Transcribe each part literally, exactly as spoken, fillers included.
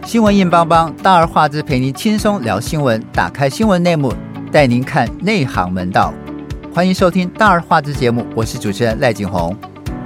新闻硬邦邦，大而化之，陪您轻松聊新闻，打开新闻内幕，带您看内行门道。欢迎收听大而化之节目，我是主持人赖景宏。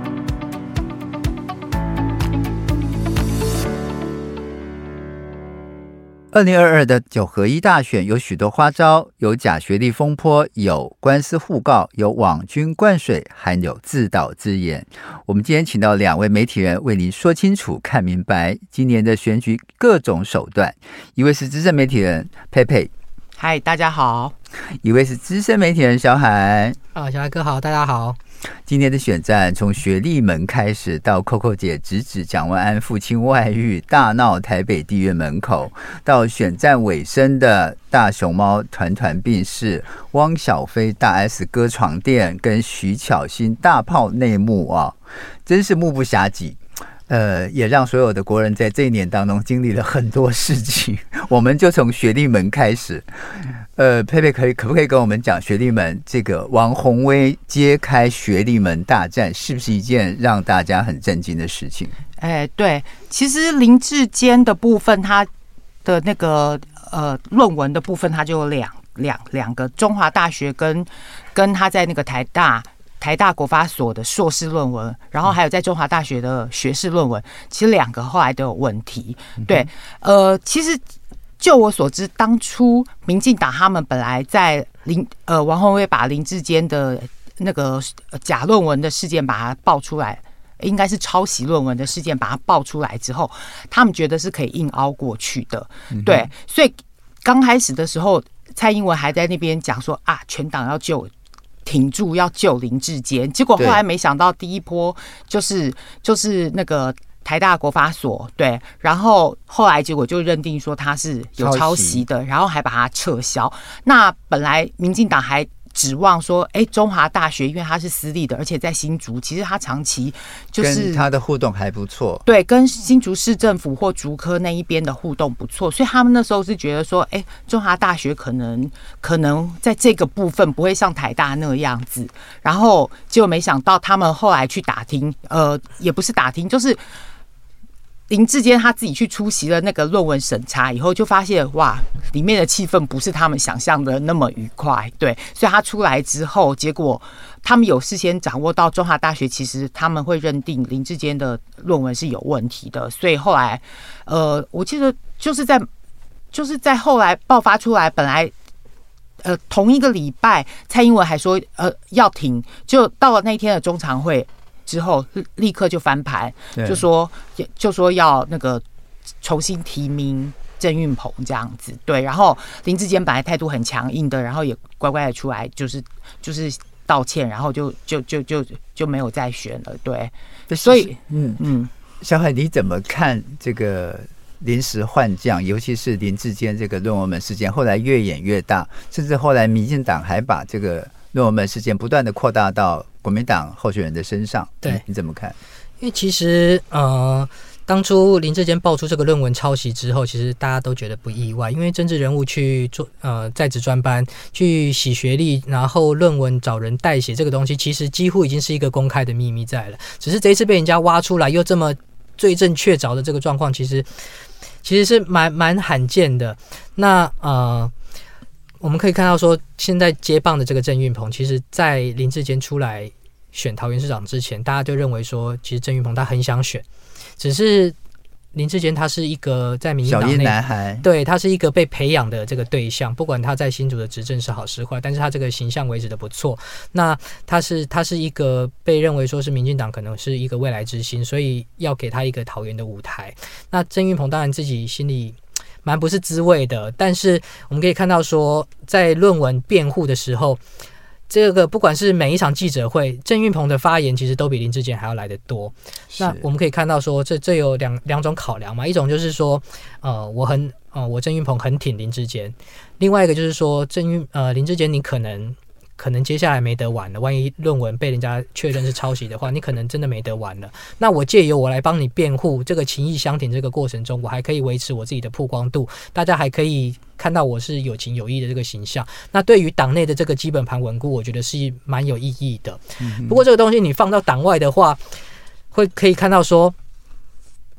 二零二二的九合一大选有许多花招，有假学历风波，有官司互告，有网军灌水，还有自导自演。我们今天请到两位媒体人为您说清楚看明白今年的选举各种手段。一位是资深媒体人佩佩， 嗨，大家好。 一位是资深媒体人小海。 啊，小海哥好，大家好。 今天的选战从学历门开始，到 Coco 姐直指蒋万安父亲外遇，大闹台北地院门口，到选战尾声的大熊猫团团病逝，汪小菲大 S 割床垫，跟徐巧芯大炮内幕啊，真是目不暇接。呃，也让所有的国人在这一年当中经历了很多事情。我们就从学历门开始。呃，佩佩可以可不可以跟我们讲学历门这个王宏威揭开学历门大战，是不是一件让大家很震惊的事情？ 哎，对，其实林智坚的部分，他的那个呃论文的部分，他就有两两两个，中华大学跟跟他在那个台大。台大国发所的硕士论文，然后还有在中华大学的学士论文，其实两个后来都有问题。对，呃，其实就我所知，当初民进党他们本来在林呃王宏威把林智坚的那个假论文的事件把它爆出来，应该是抄袭论文的事件把它爆出来之后，他们觉得是可以硬凹过去的。对，所以刚开始的时候，蔡英文还在那边讲说啊，全党要救。挺住要救林智坚，结果后来没想到第一波就是就是那个台大国发所对，然后后来结果就认定说他是有抄袭的，然后还把它撤销。那本来民进党还指望说，哎，中华大学因为它是私立的，而且在新竹，其实它长期就是跟他的互动还不错， 对，跟新竹市政府或竹科那一边的互动不错，所以他们那时候是觉得说，哎，中华大学可能可能在这个部分不会像台大那样子，然后结果没想到他们后来去打听，呃，也不是打听，就是。林智坚他自己去出席了那个论文审查以后，就发现哇，里面的气氛不是他们想象的那么愉快，对，所以他出来之后，结果他们有事先掌握到中华大学，其实他们会认定林智坚的论文是有问题的，所以后来，呃，我记得就是在就是在后来爆发出来，本来。呃，同一个礼拜，蔡英文还说呃要停，就到了那天的中常会。之后立刻就翻盘，就说就说要那个重新提名郑运鹏这样子，对。然后林智坚本来态度很强硬的，然后也乖乖的出来，就是就是道歉，然后就就就就就没有再选了，对。所以，嗯嗯， 小海你怎么看这个临时换将，尤其是林智坚这个论文门事件，后来越演越大，甚至后来民进党还把这个论文门事件不断的扩大到国民党候选人的身上，对 你, 你怎么看？ 因为其实呃，当初林智坚爆出这个论文抄袭之后，其实大家都觉得不意外，因为政治人物去做呃在职专班去洗学历，然后论文找人代写这个东西，其实几乎已经是一个公开的秘密在了。只是这一次被人家挖出来，又这么罪证确凿的这个状况，其实其实是蛮蛮罕见的。那呃。我们可以看到说，现在接棒的这个郑运鹏，其实在林智坚出来选桃园市长之前，大家就认为说，其实郑运鹏他很想选，只是林智坚他是一个在民进党内小一男孩， 对，他是一个被培养的这个对象，不管他在新竹的执政是好是坏，但是他这个形象维持的不错。那他是他是一个被认为说是民进党可能是一个未来之星，所以要给他一个桃园的舞台。那郑运鹏当然自己心里。蛮不是滋味的，但是我们可以看到说，在论文辩护的时候，这个不管是每一场记者会，郑运鹏的发言其实都比林智坚还要来得多。那我们可以看到说，这这有两两种考量嘛，一种就是说，呃，我很呃，我郑运鹏很挺林智坚；另外一个就是说，郑运呃林智坚你可能。可能接下来没得玩了，万一论文被人家确认是抄袭的话，你可能真的没得玩了。那我借由我来帮你辩护，这个情义相挺这个过程中，我还可以维持我自己的曝光度，大家还可以看到我是有情有义的这个形象。那对于党内的这个基本盘稳固，我觉得是蛮有意义的。不过这个东西你放到党外的话，会可以看到说，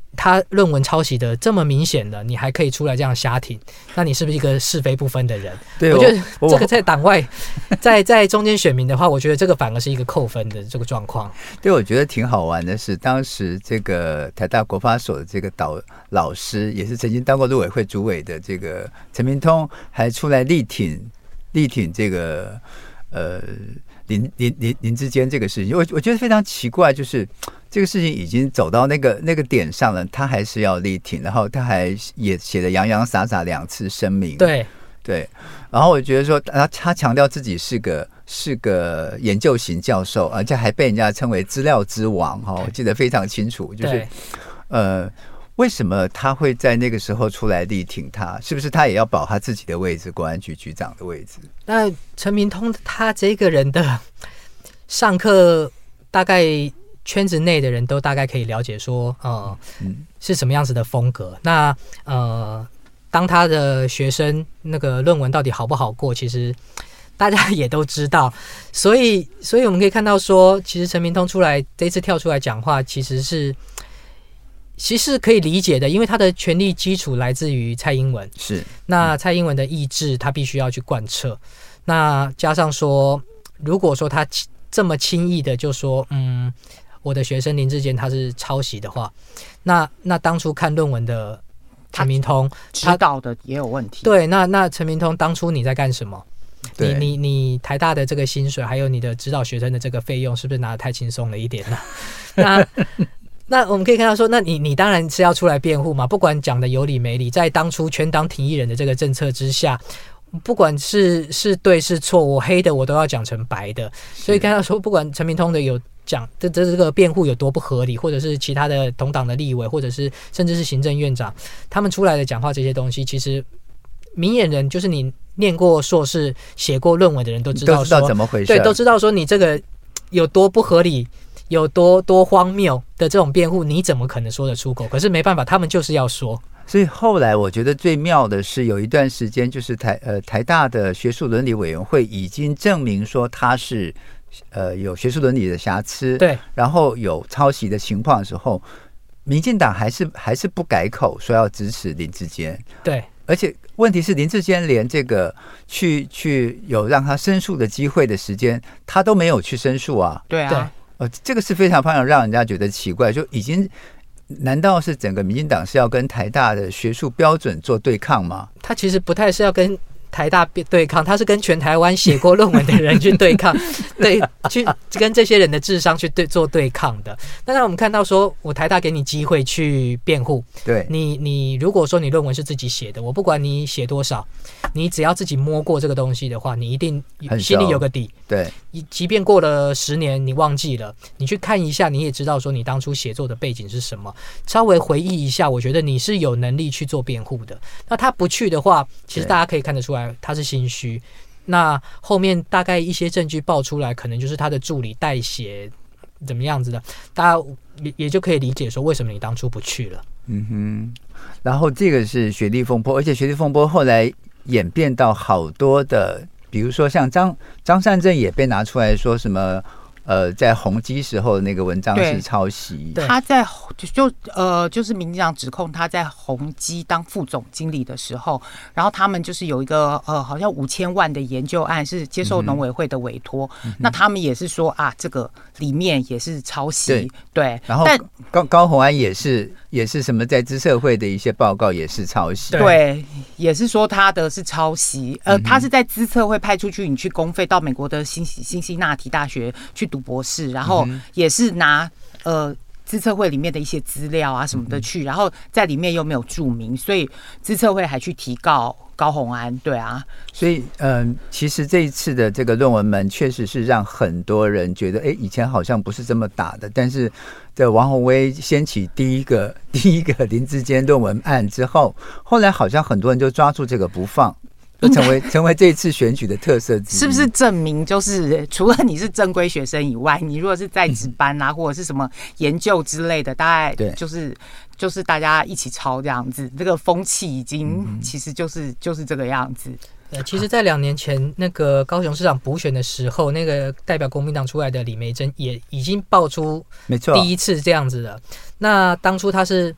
他论文抄袭的这么明显的，你还可以出来这样瞎挺，那你是不是一个是非不分的人？ 对， 我觉得这个在党外，在在中间选民的话，我觉得这个反而是一个扣分的这个状况。 对，我觉得挺好玩的是，当时这个台大国发所的这个导老师，也是曾经当过陆委会主委的这个陈明通，还出来力挺力挺这个呃林林林林志坚这个事情。我我觉得非常奇怪，就是这个事情已经走到那个那个点上了，他还是要力挺，然后他还也写了洋洋洒洒两次声明。 对对，然后我觉得说他他强调自己是个是个研究型教授，而且还被人家称为资料之王哈，我记得非常清楚，就是呃。为什么他会在那个时候出来力挺他？是不是他也要保他自己的位置，国安局局长的位置？ 那陈明通他这个人的上课，大概圈子内的人都大概可以了解说，呃，嗯、是什么样子的风格。那呃，当他的学生那个论文到底好不好过，其实大家也都知道。所以，所以我们可以看到说，其实陈明通出来这一次跳出来讲话，其实是。其实可以理解的，因为他的权力基础来自于蔡英文， 是那蔡英文的意志，他必须要去贯彻。那加上说，如果说他这么轻易的就说，嗯，我的学生林志坚他是抄袭的话，那那当初看论文的陈明通， 他指导的也有问题。 对，那那陈明通当初你在干什么？你你你台大的这个薪水，还有你的指导学生的这个费用，是不是拿得太轻松了一点呢？那那我们可以看到说，那你你当然是要出来辩护嘛，不管讲的有理没理，在当初全党挺一人的这个政策之下，不管是是对是错，我黑的我都要讲成白的。所以看到说，不管陈明通的有讲这这这个辩护有多不合理，或者是其他的同党的立委，或者是甚至是行政院长，他们出来的讲话这些东西，其实明眼人就是你念过硕士、写过论文的人都知道说， 都知道怎么回事， 对，都知道说你这个有多不合理。有多多荒谬的这种辩护，你怎么可能说得出口？可是没办法，他们就是要说。 所以后来我觉得最妙的是，有一段时间就是台呃台大的学术伦理委员会已经证明说他是呃有学术伦理的瑕疵， 对， 然后有抄袭的情况的时候，民进党还是还是不改口，说要支持林志坚， 对， 而且问题是林志坚连这个去去有让他申诉的机会的时间，他都没有去申诉啊， 对啊。 呃，这个是非常非常让人家觉得奇怪，就已经难道是整个民进党是要跟台大的学术标准做对抗吗？ 他其实不太是要跟台大对抗，他是跟全台湾写过论文的人去对抗，对，去跟这些人的智商去对做对抗的。当然，我们看到说，我台大给你机会去辩护， 对你，你如果说你论文是自己写的，我不管你写多少，你只要自己摸过这个东西的话，你一定心里有个底。 对， 即便过了十年，你忘记了，你去看一下，你也知道说你当初写作的背景是什么，稍微回忆一下，我觉得你是有能力去做辩护的。那他不去的话，其实大家可以看得出来，他是心虚。那后面大概一些证据爆出来，可能就是他的助理代写怎么样子的，大家也也就可以理解说为什么你当初不去了。 嗯哼，然后这个是学历风波，而且学历风波后来演变到好多的。比如说像张张善政也被拿出来说什么，呃，在宏基时候的那个文章是抄袭。 他在就呃，就是民进党指控他在宏基当副总经理的时候，然后他们就是有一个呃，好像五千万的研究案是接受农委会的委托，嗯、那他们也是说啊，这个里面也是抄袭。对，对然后高高虹安也是。也是什么在资策会的一些报告也是抄袭， 对，也是说他的是抄袭，呃，嗯、他是在资策会派出去，你去公费到美国的辛辛辛那提大学去读博士，然后也是拿呃资策会里面的一些资料啊什么的去，然后在里面又没有注明，所以资策会还去提告高虹安，对啊， 所以嗯、呃，其实这一次的这个论文门确实是让很多人觉得，哎，以前好像不是这么打的，但是在王宏威掀起第一个第一个林志坚论文案之后，后来好像很多人就抓住这个不放。就成为成为这一次选举的特色之一， 是不是证明就是除了你是正规学生以外，你如果是在职班啊，嗯、或者是什么研究之类的，大概就是就是大家一起抄这样子，这个风气已经其实就是就是这个样子。 呃，其实，在两年前那个高雄市长补选的时候，那个代表国民党出来的李眉蓁也已经爆出第一次这样子了。那当初他是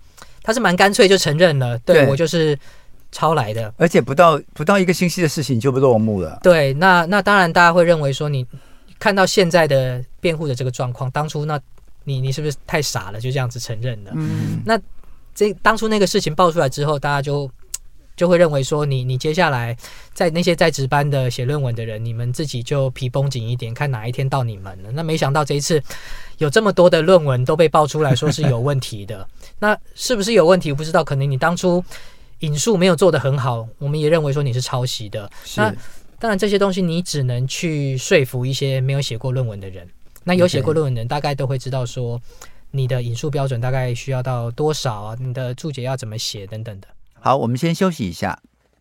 他是蛮干脆就承认了，对, 对我就是抄来的， 而且不到不到一个星期的事情就不落幕了。 对，那那当然大家会认为说，你看到现在的辩护的这个状况，当初那你你是不是太傻了，就这样子承认了？嗯，那这当初那个事情爆出来之后，大家就就会认为说你，你接下来在那些在职班的写论文的人，你们自己就皮绷紧一点，看哪一天到你们了。那没想到这一次有这么多的论文都被爆出来说是有问题的，那是不是有问题我不知道，可能你当初引述没有做得很好，我们也认为说你是抄袭的。那当然这些东西你只能去说服一些没有写过论文的人。那有写过论文的人大概都会知道说你的引述标准大概需要到多少啊，你的注解要怎么写等等的。 好，我们先休息一下。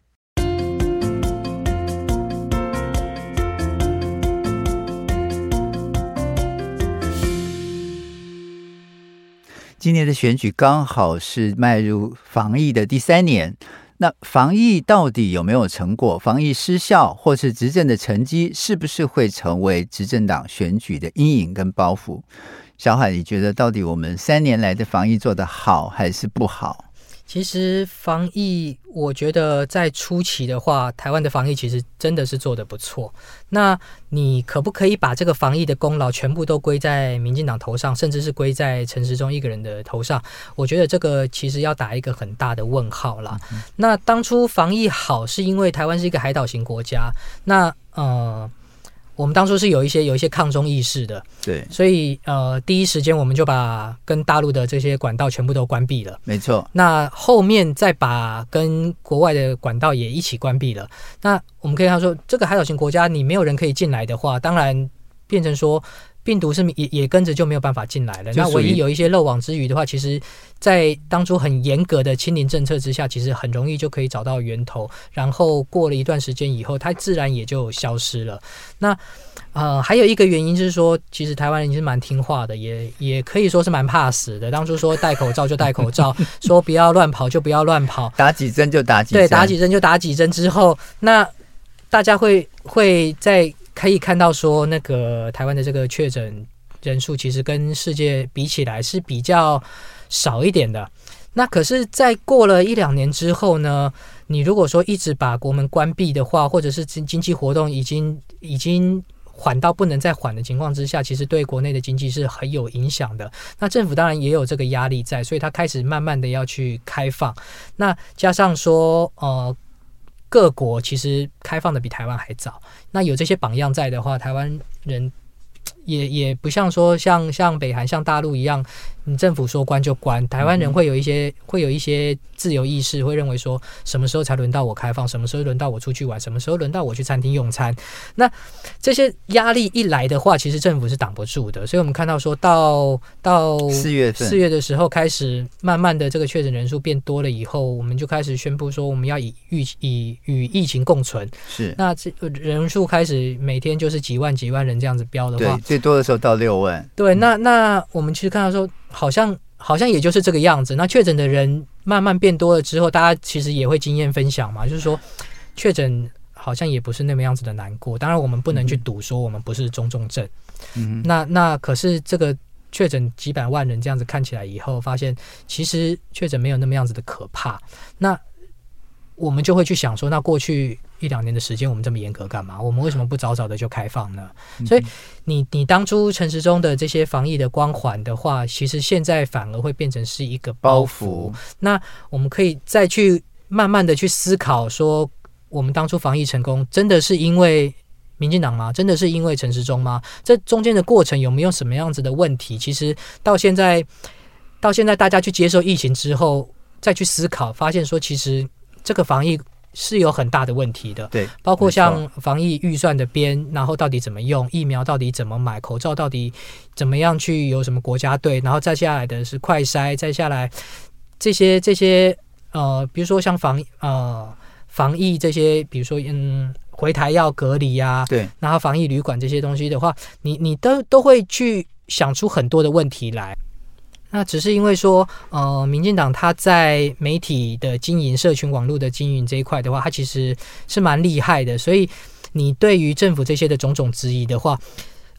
今年的选举刚好是迈入防疫的第三年，那防疫到底有没有成果？防疫失效或是执政的成绩，是不是会成为执政党选举的阴影跟包袱？小海，你觉得到底我们三年来的防疫做得好还是不好？ 其实防疫我觉得在初期的话，台湾的防疫其实真的是做得不错。那你可不可以把这个防疫的功劳全部都归在民进党头上，甚至是归在陈时中一个人的头上？我觉得这个其实要打一个很大的问号啦。嗯、那当初防疫好是因为台湾是一个海岛型国家，那呃我们当初是有一些有一些抗中意识的， 对， 所以呃第一时间我们就把跟大陆的这些管道全部都关闭了， 没错。 那后面再把跟国外的管道也一起关闭了。那我们可以看到说，这个海岛型国家你没有人可以进来的话，当然变成说病毒是 也, 也跟着就没有办法进来了。那唯一有一些漏网之鱼的话，其实在当初很严格的清零政策之下，其实很容易就可以找到源头，然后过了一段时间以后，它自然也就消失了。那呃，还有一个原因是说，其实台湾人是蛮听话的，也也可以说是蛮怕死的。当初说戴口罩就戴口罩，说不要乱跑就不要乱跑， 打几针就打几针， 对，打几针就打几针之后，那大家会会在可以看到说，那个台湾的这个确诊人数其实跟世界比起来是比较少一点的。那可是在过了一两年之后呢，你如果说一直把国门关闭的话，或者是经济活动已经已经缓到不能再缓的情况之下，其实对国内的经济是很有影响的。那政府当然也有这个压力在，所以他开始慢慢的要去开放。那加上说呃各国其实开放的比台湾还早，那有这些榜样在的话，台湾人也也不像说像像北韩、像大陆一样，你政府说关就关。台湾人会有一些、嗯、会有一些自由意识，会认为说什么时候才轮到我开放，什么时候轮到我出去玩，什么时候轮到我去餐厅用餐。那这些压力一来的话，其实政府是挡不住的。所以我们看到说到到四月份四月的时候开始，慢慢的这个确诊人数变多了以后，我们就开始宣布说我们要以疫以与疫情共存。 是， 那这人数开始每天就是几万几万人这样子飙的话， 对，最多的时候到六万。 对，那那我们其实看到说，好像好像也就是这个样子。那确诊的人慢慢变多了之后，大家其实也会经验分享嘛，就是说确诊好像也不是那么样子的难过。当然，我们不能去赌说我们不是中重症。嗯，那那可是这个确诊几百万人这样子看起来以后，发现其实确诊没有那么样子的可怕。那我们就会去想说，那过去一两年的时间我们这么严格干嘛？我们为什么不早早的就开放呢？嗯、所以你你当初陈时中的这些防疫的光环的话，其实现在反而会变成是一个包袱。包袱那我们可以再去慢慢的去思考说，我们当初防疫成功真的是因为民进党吗？真的是因为陈时中吗？这中间的过程有没有什么样子的问题？其实到现在到现在大家去接受疫情之后，再去思考，发现说其实这个防疫是有很大的问题的， 对， 包括像防疫预算的编，然后到底怎么用，疫苗到底怎么买，口罩到底怎么样去有什么国家队，然后再下来的是快筛，再下来这些这些呃，比如说像防呃防疫这些，比如说嗯回台要隔离啊， 对， 然后防疫旅馆这些东西的话，你你都都会去想出很多的问题来。那只是因为说，呃，民进党他在媒体的经营、社群网络的经营这一块的话，他其实是蛮厉害的。所以你对于政府这些的种种质疑的话，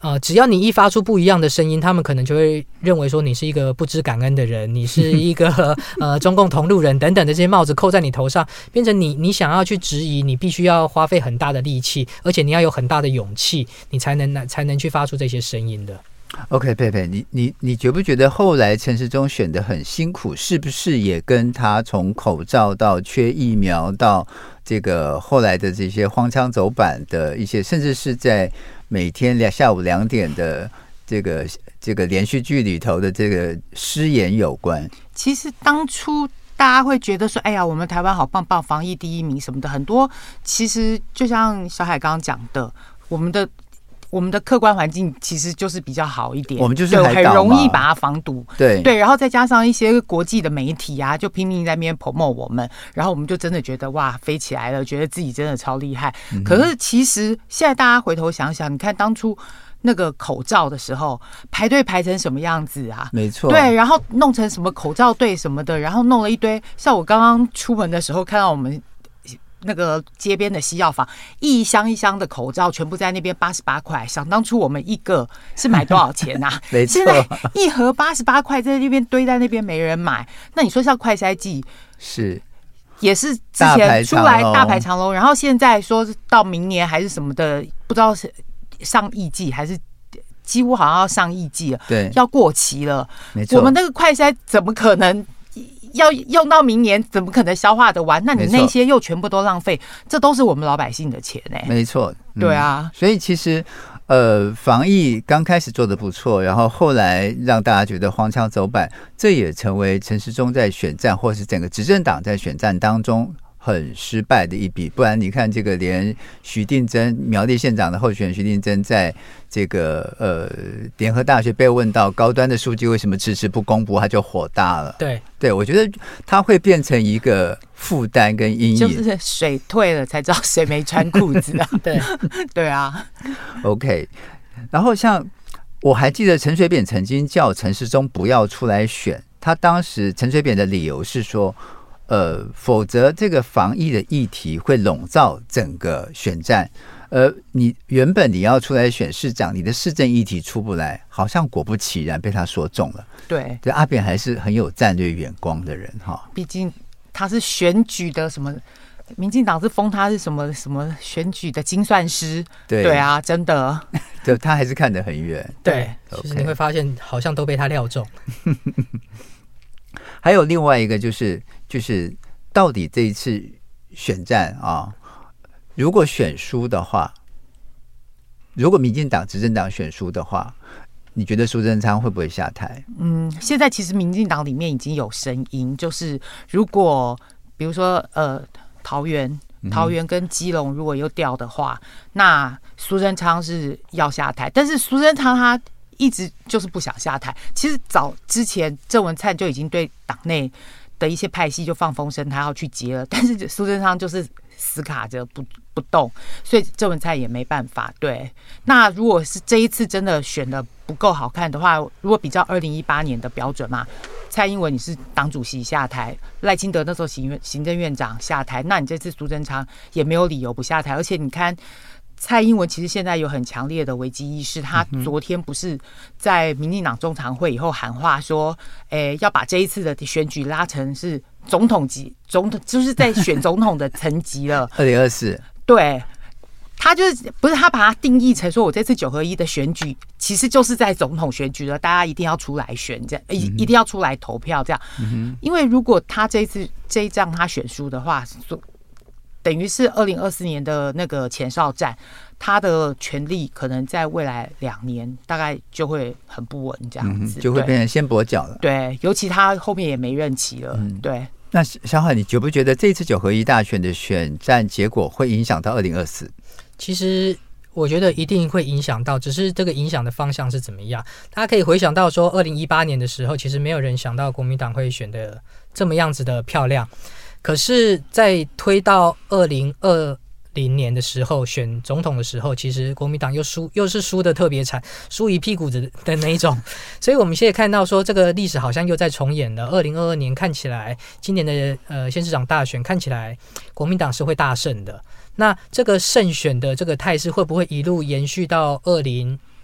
呃，只要你一发出不一样的声音，他们可能就会认为说你是一个不知感恩的人，你是一个呃中共同路人等等的这些帽子扣在你头上，变成你你想要去质疑，你必须要花费很大的力气，而且你要有很大的勇气，你才能才能去发出这些声音的。 OK， 佩佩，你你你觉不觉得后来陈时中选得很辛苦，是不是也跟他从口罩到缺疫苗到这个后来的这些荒腔走板的一些，甚至是在每天下午两点的这个这个连续剧里头的这个失言有关？ 其实当初大家会觉得说，哎呀，我们台湾好棒棒，防疫第一名什么的，很多其实就像小海刚刚讲的，我们的。我们的客观环境其实就是比较好一点， 我们就是海岛嘛， 很容易把它防堵。 对对，然后再加上一些国际的媒体啊，就拼命在那边 promote 我们，然后我们就真的觉得哇，飞起来了，觉得自己真的超厉害。嗯、可是其实现在大家回头想想，你看当初那个口罩的时候，排队排成什么样子啊？ 没错， 对，然后弄成什么口罩队什么的，然后弄了一堆。像我刚刚出门的时候看到我们。那个街边的西药房，一箱一箱的口罩，全部在那边八十八块。想当初我们一个是买多少钱啊？ 没错， 现在一盒八十八块，在那边堆在那边没人买。那你说像快筛剂是也是之前出来大排长龙，然后现在说到明年还是什么的，不知道是上亿剂还是几乎好像要上亿剂了， 对， 要过期了。 没错， 我们那个快筛怎么可能？要用到明年，怎么可能消化得完？那你那些又全部都浪费，这都是我们老百姓的钱哎、欸。 没错， 嗯、对啊。 所以其实，呃，防疫刚开始做得不错，然后后来让大家觉得荒腔走板，这也成为陈时中在选战或是整个执政党在选战当中很失败的一笔。不然你看，这个连徐定珍苗栗县长的候选人徐定珍在这个呃联合大学被问到高端的数据为什么迟迟不公布，他就火大了。 对对，我觉得他会变成一个负担跟阴影， 就是水退了才知道谁没穿裤子啊。 对对啊。 OK， 然后像我还记得陈水扁曾经叫陈时中不要出来选，他当时陈水扁的理由是说。呃，否则这个防疫的议题会笼罩整个选战。呃，你原本你要出来选市长，你的市政议题出不来，好像果不其然被他说中了。 对， 对，阿扁还是很有战略眼光的人哈。 毕竟他是选举的什么，民进党是封他是什么什么选举的精算师。 对对啊，真的。 对，他还是看得很远。 对， okay. 其实你会发现好像都被他料中。 还有另外一个就是。就是到底这一次选战啊，如果选输的话，如果民进党执政党选输的话，你觉得苏贞昌会不会下台？ 嗯，现在其实民进党里面已经有声音，就是如果比如说呃桃园、桃园跟基隆如果又掉的话，那苏贞昌是要下台，但是苏贞昌他一直就是不想下台。其实早之前郑文灿就已经对党内的一些派系就放风声，他要去接了，但是苏贞昌就是死卡着不不动，所以郑文灿也没办法。对，那如果是这一次真的选的不够好看的话，如果比较二零一八年的标准嘛，蔡英文你是党主席下台，赖清德那时候行行政院长下台，那你这次苏贞昌也没有理由不下台，而且你看。蔡英文其实现在有很强烈的危机意识，他昨天不是在民进党中常会以后喊话说，诶，要把这一次的选举拉成是总统级，总统就是在选总统的层级了。 二零二四， 对，他就是不是他把它定义成说，我这次九合一的选举其实就是在总统选举了，大家一定要出来选，这样一一定要出来投票，这样。嗯、因为如果他这一次这一仗他选输的话，等于是二零二四年的那个前哨战，他的权力可能在未来两年大概就会很不稳，这样子、 嗯、就会变成先跛脚了。 对，尤其他后面也没任期了。嗯、对。 那小海，你觉不觉得这次九合一大选的选战结果会影响到二零二四？ 其实我觉得一定会影响到，只是这个影响的方向是怎么样。大家可以回想到说，二零一八年的时候，其实没有人想到国民党会选的这么样子的漂亮。可是，在推到二零二零年的时候，选总统的时候，其实国民党又输，又是输的特别惨，输一屁股的的那一种。所以我们现在看到说，这个历史好像又在重演了。二零二二年看起来，今年的呃县市长大选看起来，国民党是会大胜的。那这个胜选的这个态势会不会一路延续到二零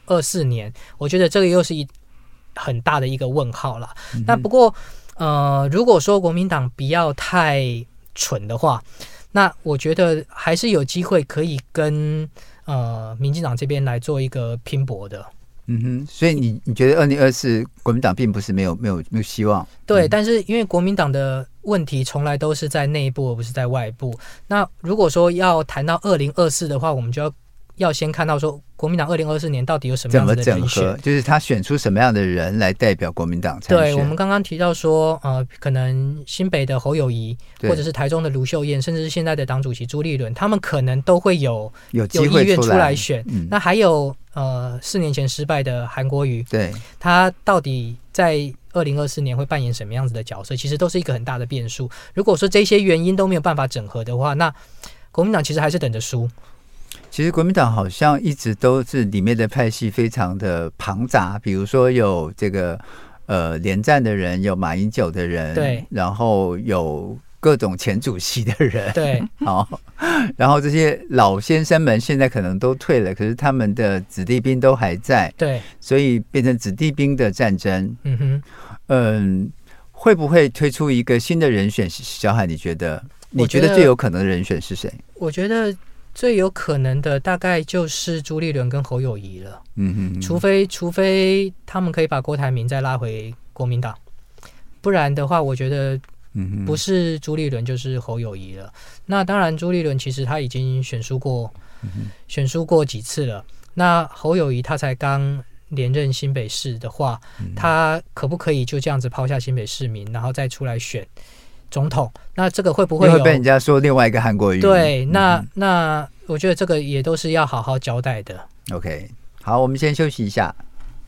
二四年，我觉得这个又是一很大的一个问号了。 嗯、 那不过呃，如果说国民党不要太蠢的话，那我觉得还是有机会可以跟呃民进党这边来做一个拼搏的。 嗯哼，所以你你觉得二零二四国民党并不是没有没有没有希望？ 对、 嗯， 但是因为国民党的问题从来都是在内部而不是在外部。那如果说要谈到二零二四的话，我们就要要先看到说国民党二零二四年到底有什么样子的人选， 怎么整合，就是他选出什么样的人来代表国民党参选。 对，我们刚刚提到说呃，可能新北的侯友宜，或者是台中的卢秀燕，甚至是现在的党主席朱立伦，他们可能都会有有机会有意愿出来选、 嗯、 那还有呃四年前失败的韩国瑜， 对， 他到底在二零二四年会扮演什么样子的角色，其实都是一个很大的变数。如果说这些原因都没有办法整合的话，那国民党其实还是等着输。 其实国民党好像一直都是里面的派系非常的庞杂，比如说有这个呃连战的人，有马英九的人， 对， 然后有各种前主席的人， 对， 好，然后这些老先生们现在可能都退了，可是他们的子弟兵都还在， 对， 所以变成子弟兵的战争。 嗯哼， 嗯，会不会推出一个新的人选？小海，你觉得？你觉得最有可能的人选是谁？ 我觉得最有可能的大概就是朱立伦跟侯友宜了。嗯哼哼，除非除非他们可以把郭台铭再拉回国民党，不然的话，我觉得不是朱立伦就是侯友宜了。那当然，朱立伦其实他已经选输过，嗯、选输过几次了。那侯友宜他才刚连任新北市的话，嗯、他可不可以就这样子抛下新北市民，然后再出来选总统？那这个会不会有会被人家说另外一个韩国瑜？ 对，那、嗯、那我觉得这个也都是要好好交代的。 OK， 好，我们先休息一下。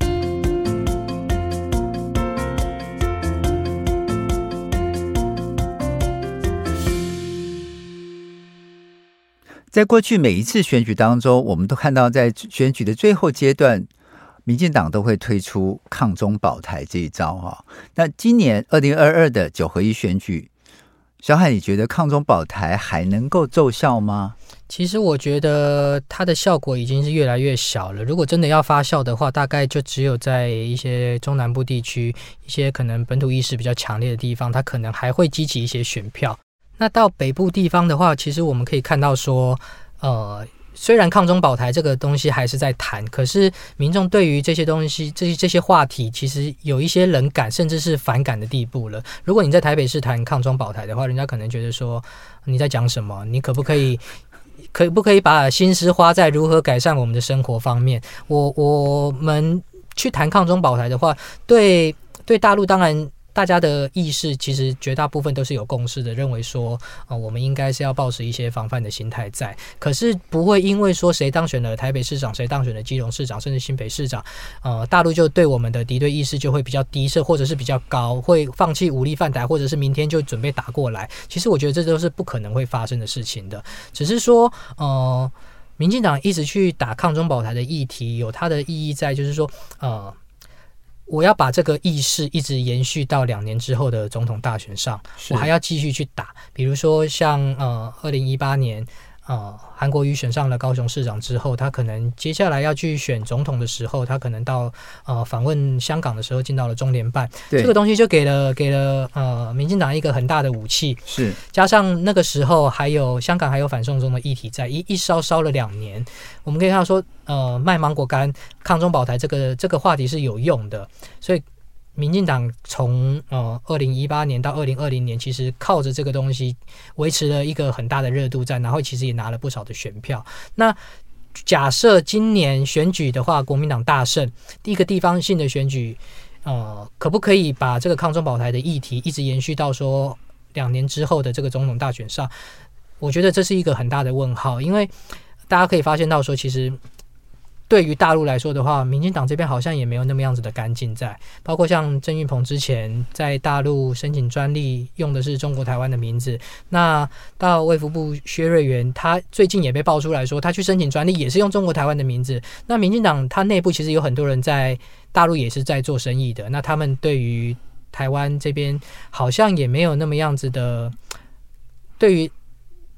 在过去每一次选举当中，我们都看到在选举的最后阶段，民进党都会推出抗中保台这一招哈。那今年二零二二的九合一选举，小海，你觉得抗中保台还能够奏效吗？ 其实我觉得它的效果已经是越来越小了。如果真的要发酵的话，大概就只有在一些中南部地区，一些可能本土意识比较强烈的地方，它可能还会激起一些选票。那到北部地方的话，其实我们可以看到说，呃，虽然抗中保台这个东西还是在谈，可是民众对于这些东西、这些这些话题，其实有一些冷感，甚至是反感的地步了。如果你在台北市谈抗中保台的话，人家可能觉得说你在讲什么？你可不可以？可不可以把心思花在如何改善我们的生活方面？我我们去谈抗中保台的话，对对大陆当然。大家的意识其实绝大部分都是有共识的，认为说、呃、我们应该是要抱持一些防范的心态在，可是不会因为说谁当选了台北市长，谁当选了基隆市长，甚至新北市长，呃，大陆就对我们的敌对意识就会比较低设，或者是比较高，会放弃武力犯台，或者是明天就准备打过来。其实我觉得这都是不可能会发生的事情的，只是说呃，民进党一直去打抗中保台的议题，有它的意义在，就是说呃我要把这个意识一直延续到两年之后的总统大选上，我还要继续去打。比如说像呃二零一八年呃韩国瑜选上了高雄市长之后，他可能接下来要去选总统的时候，他可能到呃访问香港的时候进到了中联办，这个东西就给了给了呃民进党一个很大的武器。是加上那个时候还有香港还有反送中的议题在，一一烧烧了两年，我们可以看到说呃卖芒果干抗中保台这个这个话题是有用的，所以民进党从呃二零一八年到二零二零年，其实靠着这个东西维持了一个很大的热度战，然后其实也拿了不少的选票。那假设今年选举的话，国民党大胜，第一个地方性的选举，呃，可不可以把这个抗中保台的议题一直延续到说两年之后的这个总统大选上？我觉得这是一个很大的问号，因为大家可以发现到说，其实对于大陆来说的话，民进党这边好像也没有那么样子的干净在，包括像郑运鹏之前在大陆申请专利用的是中国台湾的名字，那到卫福部薛瑞元，他最近也被爆出来说他去申请专利也是用中国台湾的名字。那民进党他内部其实有很多人在大陆也是在做生意的，那他们对于台湾这边好像也没有那么样子的，对于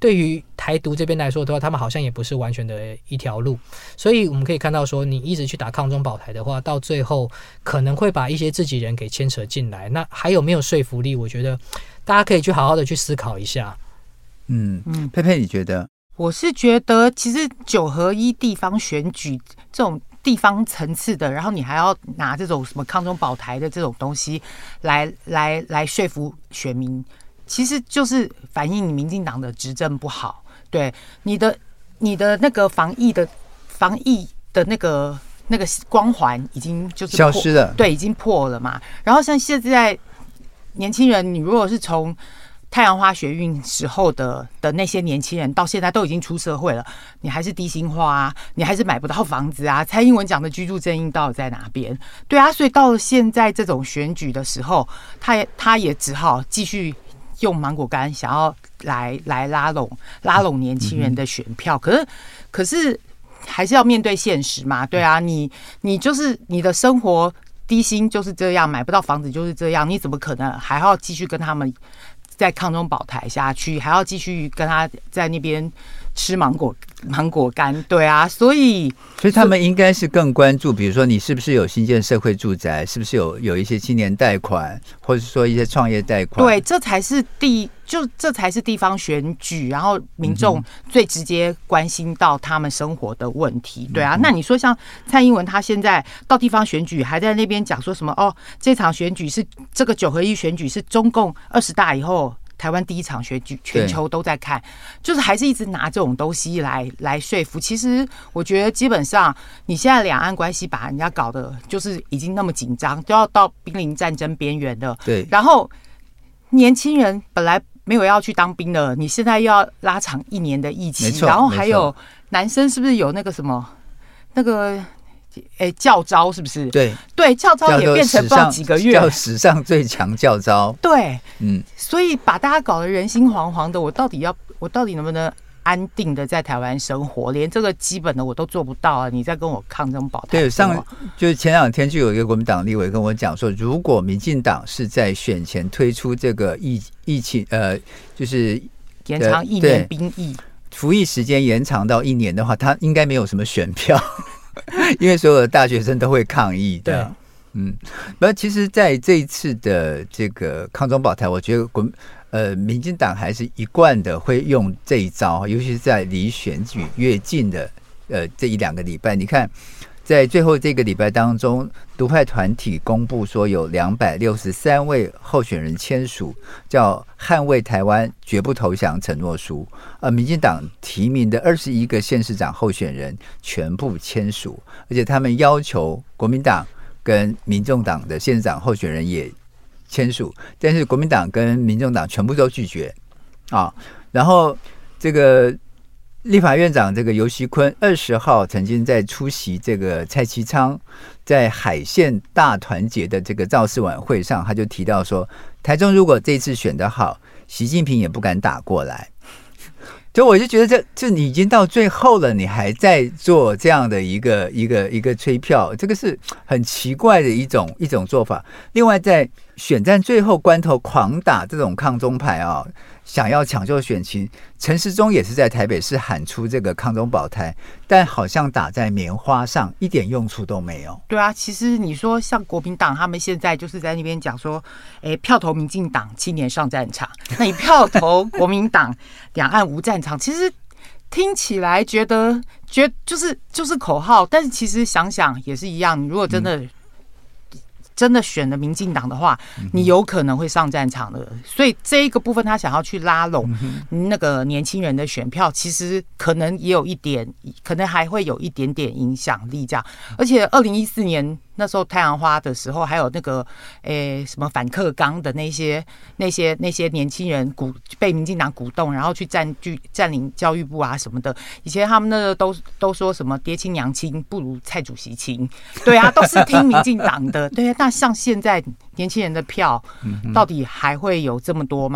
对于台独这边来说的话，他们好像也不是完全的一条路。所以我们可以看到说，你一直去打抗中保台的话，到最后可能会把一些自己人给牵扯进来，那还有没有说服力？我觉得大家可以去好好的去思考一下。 嗯嗯，佩佩你觉得？ 我是觉得其实九合一地方选举这种地方层次的，然后你还要拿这种什么抗中保台的这种东西来来来说服选民，其实就是反映你民进党的执政不好。对，你的你的那个防疫的防疫的那个那个光环已经就是消失了， 对，已经破了嘛。然后像现在年轻人，你如果是从太阳花学运时候的的那些年轻人，到现在都已经出社会了，你还是低薪化啊，你还是买不到房子啊。蔡英文讲的居住正义到底在哪边？对啊，所以到了现在这种选举的时候，他也他也只好继续用芒果干，想要来来拉拢拉拢年轻人的选票。可是可是还是要面对现实嘛，对啊，你你就是你的生活低薪就是这样，买不到房子就是这样，你怎么可能还要继续跟他们在抗中保台下去，还要继续跟他在那边吃芒果芒果干？对啊，所以所以他们应该是更关注，比如说你是不是有新建社会住宅，是不是有有一些青年贷款，或者说一些创业贷款。 对，这才是地就这才是地方选举，然后民众最直接关心到他们生活的问题。对啊，那你说像蔡英文他现在到地方选举还在那边讲说什么？哦，这场选举是这个九合一选举是中共二十大以后台湾第一场选举，全球都在看，就是还是一直拿这种东西来来说服。其实我觉得基本上你现在两岸关系把人家搞得就是已经那么紧张，都要到濒临战争边缘了。 对， 然后年轻人本来没有要去当兵的，你现在又要拉长一年的役期，然后还有男生是不是有那个什么那个？哎，教招是不是？ 对对，教招也变成不知道几个月， 叫史上最强教招。 对， 嗯， 所以把大家搞得人心惶惶的，我到底要，我到底能不能安定的在台湾生活？连这个基本的我都做不到啊！你在跟我抗争保台？ 对，上就是前两天就有一个国民党立委跟我讲说，如果民进党是在选前推出这个疫疫情，呃，就是延长一年兵役， 服役时间延长到一年的话，他应该没有什么选票。因为所有的大学生都会抗议的，嗯，那其实在这一次的这个抗中保台，我觉得国呃民进党还是一贯的会用这一招，尤其是在离选举越近的呃这一两个礼拜，你看。在最后这个礼拜当中，独派团体公布说有两百六十三位候选人签署叫捍卫台湾绝不投降承诺书，而民进党提名的二十一个县市长候选人全部签署，而且他们要求国民党跟民众党的县市长候选人也签署，但是国民党跟民众党全部都拒绝啊。然后这个立法院长这个游锡堃二十号曾经在出席这个蔡其昌在海线大团结的这个造势晚会上，他就提到说，台中如果这次选得好，习近平也不敢打过来。就我就觉得这这你已经到最后了，你还在做这样的一个一个一个吹票，这个是很奇怪的一种一种做法。另外，在选战最后关头狂打这种抗中牌啊，想要抢救选情，陈时中也是在台北市喊出这个抗中保台，但好像打在棉花上，一点用处都没有。 对啊，其实你说像国民党他们现在就是在那边讲说，哎，票投民进党，青年上战场。那你票投国民党，两岸无战场，其实听起来觉得觉得就是就是口号，但是其实想想也是一样。你如果真的、嗯真的选了民进党的话，你有可能会上战场的。所以这一个部分，他想要去拉拢那个年轻人的选票，其实可能也有一点，可能还会有一点点影响力这样。而且二零一四年那时候太阳花的时候，还有那个诶、欸、什么反克刚的那些那些那些年轻人鼓被民进党鼓动，然后去占据占领教育部啊什么的。以前他们那个都都说什么爹亲娘亲不如蔡主席亲，对啊，都是听民进党的，对啊。那像现在年轻人的票，到底还会有这么多吗？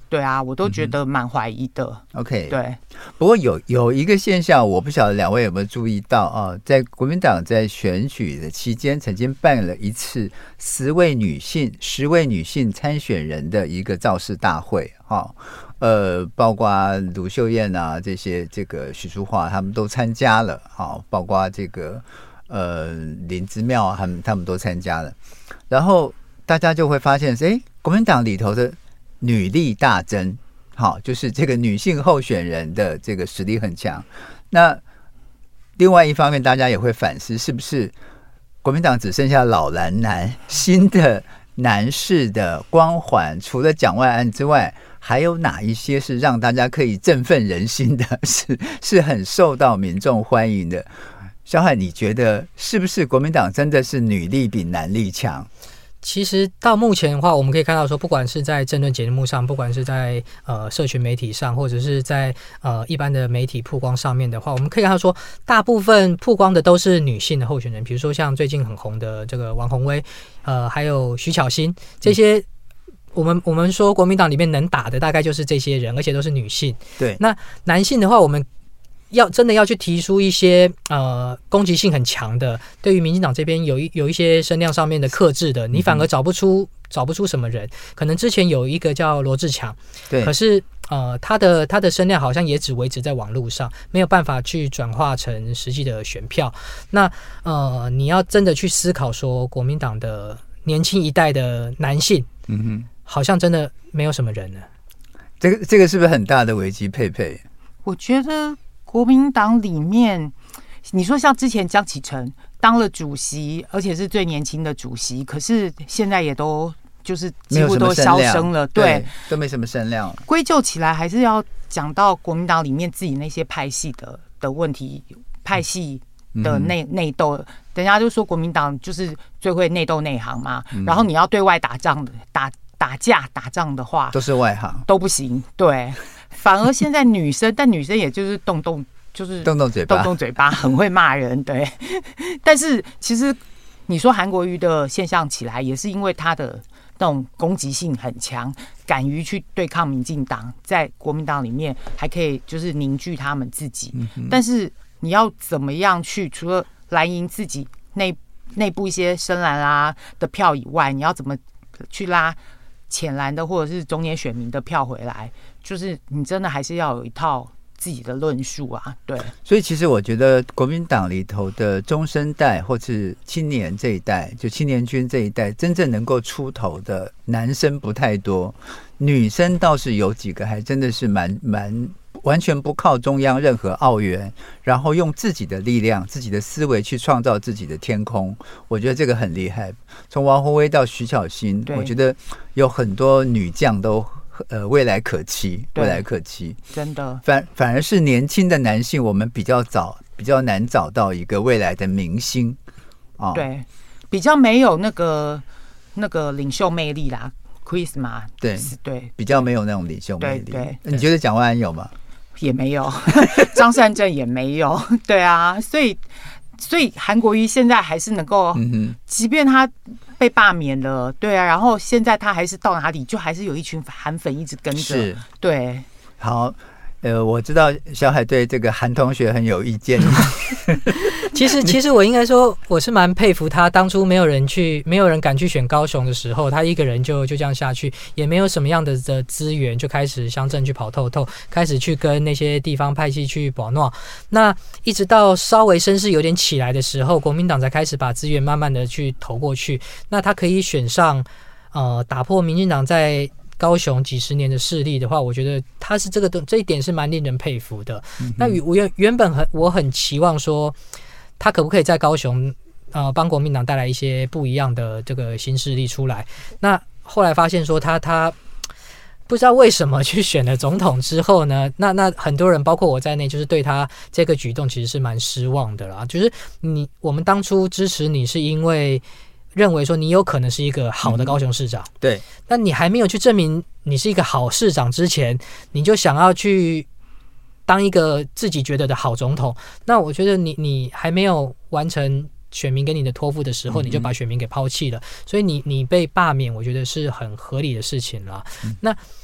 对啊，我都觉得蛮怀疑的。 嗯、OK， 对。 不过有有一个现象，我不晓得两位有没有注意到啊？在国民党在选举的期间，曾经办了一次十位女性、十位女性参选人的一个造势大会，哈、呃，包括卢秀燕啊，这些这个许淑华他们都参加了，哈，包括这个呃林之妙他们他们都参加了，然后大家就会发现，哎，国民党里头的女力大增。好，就是这个女性候选人的这个实力很强。那另外一方面，大家也会反思，是不是国民党只剩下老蓝男新的男士的光环？除了蒋万安之外，还有哪一些是让大家可以振奋人心的？是是很受到民众欢迎的？小海，你觉得是不是国民党真的是女力比男力强？ 其实到目前的话，我们可以看到说，不管是在政论节目上，不管是在呃社群媒体上，或者是在呃一般的媒体曝光上面的话，我们可以看到说，大部分曝光的都是女性的候选人，比如说像最近很红的这个王宏威，呃，还有徐巧芯这些。嗯我们我们说国民党里面能打的大概就是这些人，而且都是女性。 对， 那男性的话，我们要真的要去提出一些呃攻击性很强的，对于民进党这边有一有一些声量上面的克制的，你反而找不出、嗯、找不出什么人。可能之前有一个叫罗智强， 对， 可是呃他的他的声量好像也只维持在网络上，没有办法去转化成实际的选票。那呃你要真的去思考说，国民党的年轻一代的男性，嗯哼。好像真的没有什么人了， 这个这个是不是很大的危机？佩佩， 我觉得国民党里面，你说像之前江启臣当了主席，而且是最年轻的主席，可是现在也都就是几乎都销声了，对， 对，都没什么声量。 归咎起来还是要讲到国民党里面自己那些派系的的问题，派系的内内斗，人家就说国民党就是最会内斗内行嘛，嗯、然后你要对外打仗的打。打架打仗的话， 都是外行， 都不行。对，反而现在女生，但女生也就是动动，就是动动嘴巴， 动动嘴巴，很会骂人。对，但是其实你说韩国瑜的现象起来，也是因为他的那种攻击性很强，敢于去对抗民进党，在国民党里面还可以就是凝聚他们自己。嗯、但是你要怎么样去，除了蓝营自己内内部一些深蓝啊的票以外，你要怎么去拉浅蓝的或者是中年选民的票回来，就是你真的还是要有一套自己的论述啊。对， 所以其实我觉得国民党里头的中生代或是青年这一代，就青年军这一代，真正能够出头的男生不太多，女生倒是有几个，还真的是蛮蛮完全不靠中央任何澳元，然后用自己的力量、自己的思维去创造自己的天空。我觉得这个很厉害。从王宏威到徐巧芯，我觉得有很多女将都呃未来可期，未来可期。 真的， 反反而是年轻的男性，我们比较早比较难找到一个未来的明星。 哦、对，比较没有那个那个领袖魅力啦。Chris 嘛， 对对， 比较没有那种领袖魅力。 对对， 你觉得蒋万安有吗？ 也没有，张善政也没有。对啊，所以所以韩国瑜现在还是能够，嗯、即便他被罢免了，对啊，然后现在他还是到哪里就还是有一群韩粉一直跟着。 是， 对， 好。呃，我知道小海对这个韩同学很有意见。 其实，其实我应该说，我是蛮佩服他当初没有人去，没有人敢去选高雄的时候，他一个人就就这样下去，也没有什么样的的资源，就开始乡镇去跑透透，开始去跟那些地方派系去保诺。那一直到稍微声势有点起来的时候，国民党才开始把资源慢慢的去投过去。那他可以选上，呃，打破民进党在高雄几十年的势力的话，我觉得他是这个这一点是蛮令人佩服的。嗯、那我原原本很我很期望说，他可不可以在高雄呃帮国民党带来一些不一样的这个新势力出来？那后来发现说他他不知道为什么去选了总统之后呢，那那很多人包括我在内，就是对他这个举动其实是蛮失望的啦。就是你我们当初支持你是因为认为说你有可能是一个好的高雄市长，嗯、 对， 但你还没有去证明你是一个好市长之前，你就想要去当一个自己觉得的好总统，那我觉得你你还没有完成选民给你的托付的时候，你就把选民给抛弃了，嗯、所以你你被罢免，我觉得是很合理的事情啦。嗯、那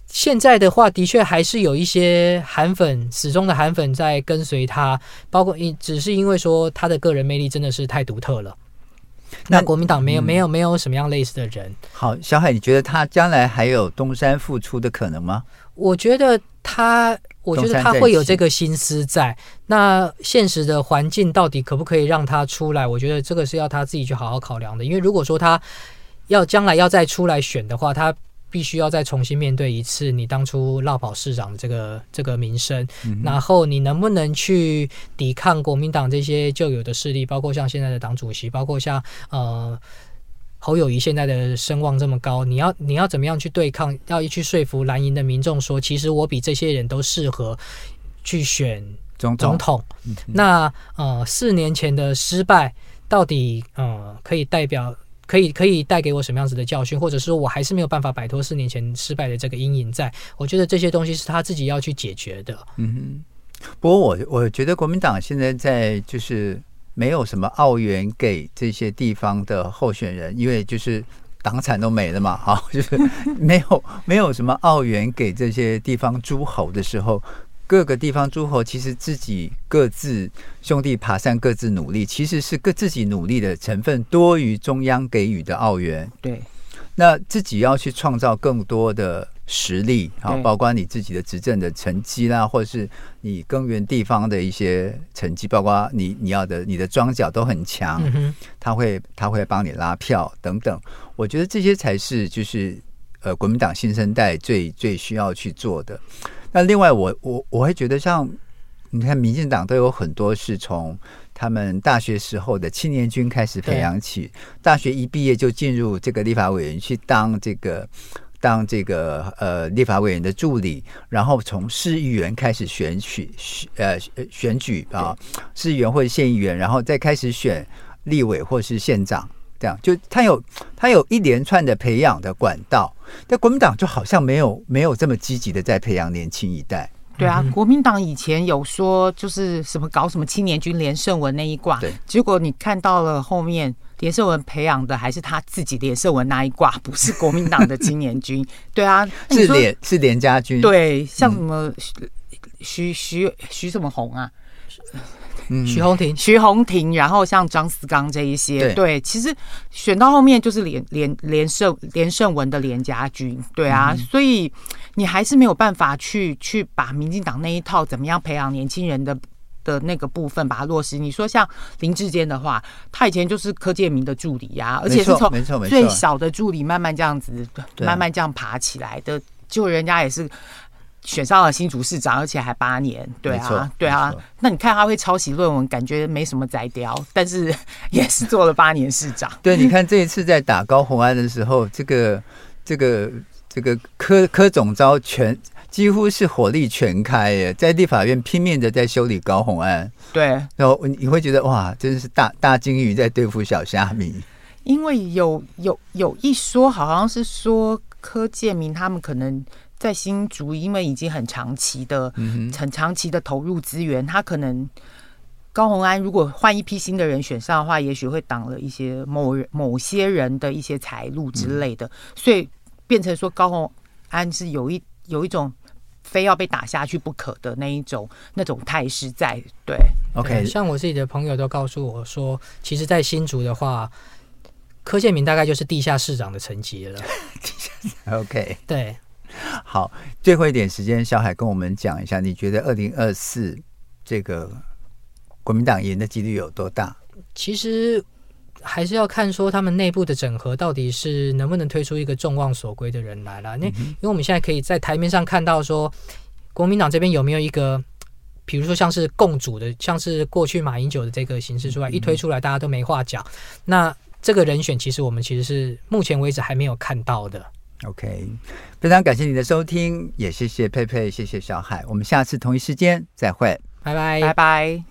现在的话，的确还是有一些韩粉，始终的韩粉在跟随他，包括只是因为说他的个人魅力真的是太独特了。那国民党没有、嗯、没有没有什么样类似的人。 好，小海，你觉得他将来还有东山复出的可能吗？ 我觉得他，我觉得他会有这个心思在。那现实的环境到底可不可以让他出来？我觉得这个是要他自己去好好考量的。因为如果说他要将来要再出来选的话，他必须要再重新面对一次你当初落跑市长的这个这个名声、嗯，然后你能不能去抵抗国民党这些旧有的势力，包括像现在的党主席，包括像呃侯友宜现在的声望这么高，你要你要怎么样去对抗？要去说服蓝营的民众说，其实我比这些人都适合去选总统。总统嗯、那呃四年前的失败，到底呃可以代表？可以可以带给我什么样子的教训，或者说我还是没有办法摆脱四年前失败的这个阴影在，我觉得这些东西是他自己要去解决的。 嗯哼，不过我我觉得国民党现在在就是没有什么澳元给这些地方的候选人，因为就是党产都没了嘛，好，就是没有没有什么澳元给这些地方诸侯的时候。各个地方诸侯其实自己各自兄弟爬山各自努力，其实是各自己努力的成分多于中央给予的澳元。 对， 那自己要去创造更多的实力，包括你自己的执政的成绩啦，或者是你耕耘地方的一些成绩，包括你你要的你的庄脚都很强，嗯、他会他会帮你拉票等等。我觉得这些才是就是呃国民党新生代最最需要去做的。那另外我我我会觉得像你看民进党都有很多是从他们大学时候的青年军开始培养起，大学一毕业就进入这个立法委员去当这个当这个呃立法委员的助理，然后从市议员开始选举呃选举啊市议员或者县议员，然后再开始选立委或是县长。这样就他有他有一连串的培养的管道，但国民党就好像没有没有这么积极的在培养年轻一代。 对啊，国民党以前有说就是什么搞什么青年军连胜文那一挂，结果你看到了后面连胜文培养的还是他自己连胜文那一挂，不是国民党的青年军。对啊， 是连是连家军。 对，像什么徐徐徐什么红啊。 嗯、徐宏庭， 徐宏庭，然后像张思刚这一些， 对, 对，其实选到后面就是连连连胜连胜文的连家军，对啊、嗯，所以你还是没有办法去去把民进党那一套怎么样培养年轻人的的那个部分把它落实。你说像林智坚的话，他以前就是柯建铭的助理呀、啊，而且是从最小的助理慢慢这样子慢慢这样爬起来的，就人家也是。选上了新竹市长，而且还八年，对啊，对啊。那你看他会抄袭论文，感觉没什么摘雕，但是也是做了八年市长。 对，你看这一次在打高虹安的时候，这个这个这个柯柯总召全几乎是火力全开耶，在立法院拼命的在修理高虹安。 对， 然后你会觉得哇，真是大大金鱼在对付小虾米。 因为有有有一说，好像是说柯建铭他们可能。在新竹，因为已经很长期的、嗯、很长期的投入资源，他可能高虹安如果换一批新的人选上的话，也许会挡了一些某人某些人的一些财路之类的、嗯，所以变成说高虹安是有一有一种非要被打下去不可的那一种那种态势在。对 ，OK， 像我自己的朋友都告诉我说，其实，在新竹的话，柯建铭大概就是地下市长的层级了。 地下市长 ，OK， 对。 好，最后一点时间，小海跟我们讲一下，你觉得二零二四这个国民党赢的几率有多大？ 其实还是要看说他们内部的整合到底是能不能推出一个众望所归的人来了。因为、嗯、因为我们现在可以在台面上看到说，国民党这边有没有一个，比如说像是共主的，像是过去马英九的这个形式出来，一推出来大家都没话讲。那这个人选其实我们其实是目前为止还没有看到的。 OK， 非常感谢你的收听，也谢谢佩佩，谢谢小海，我们下次同一时间再会， 拜拜， 拜拜。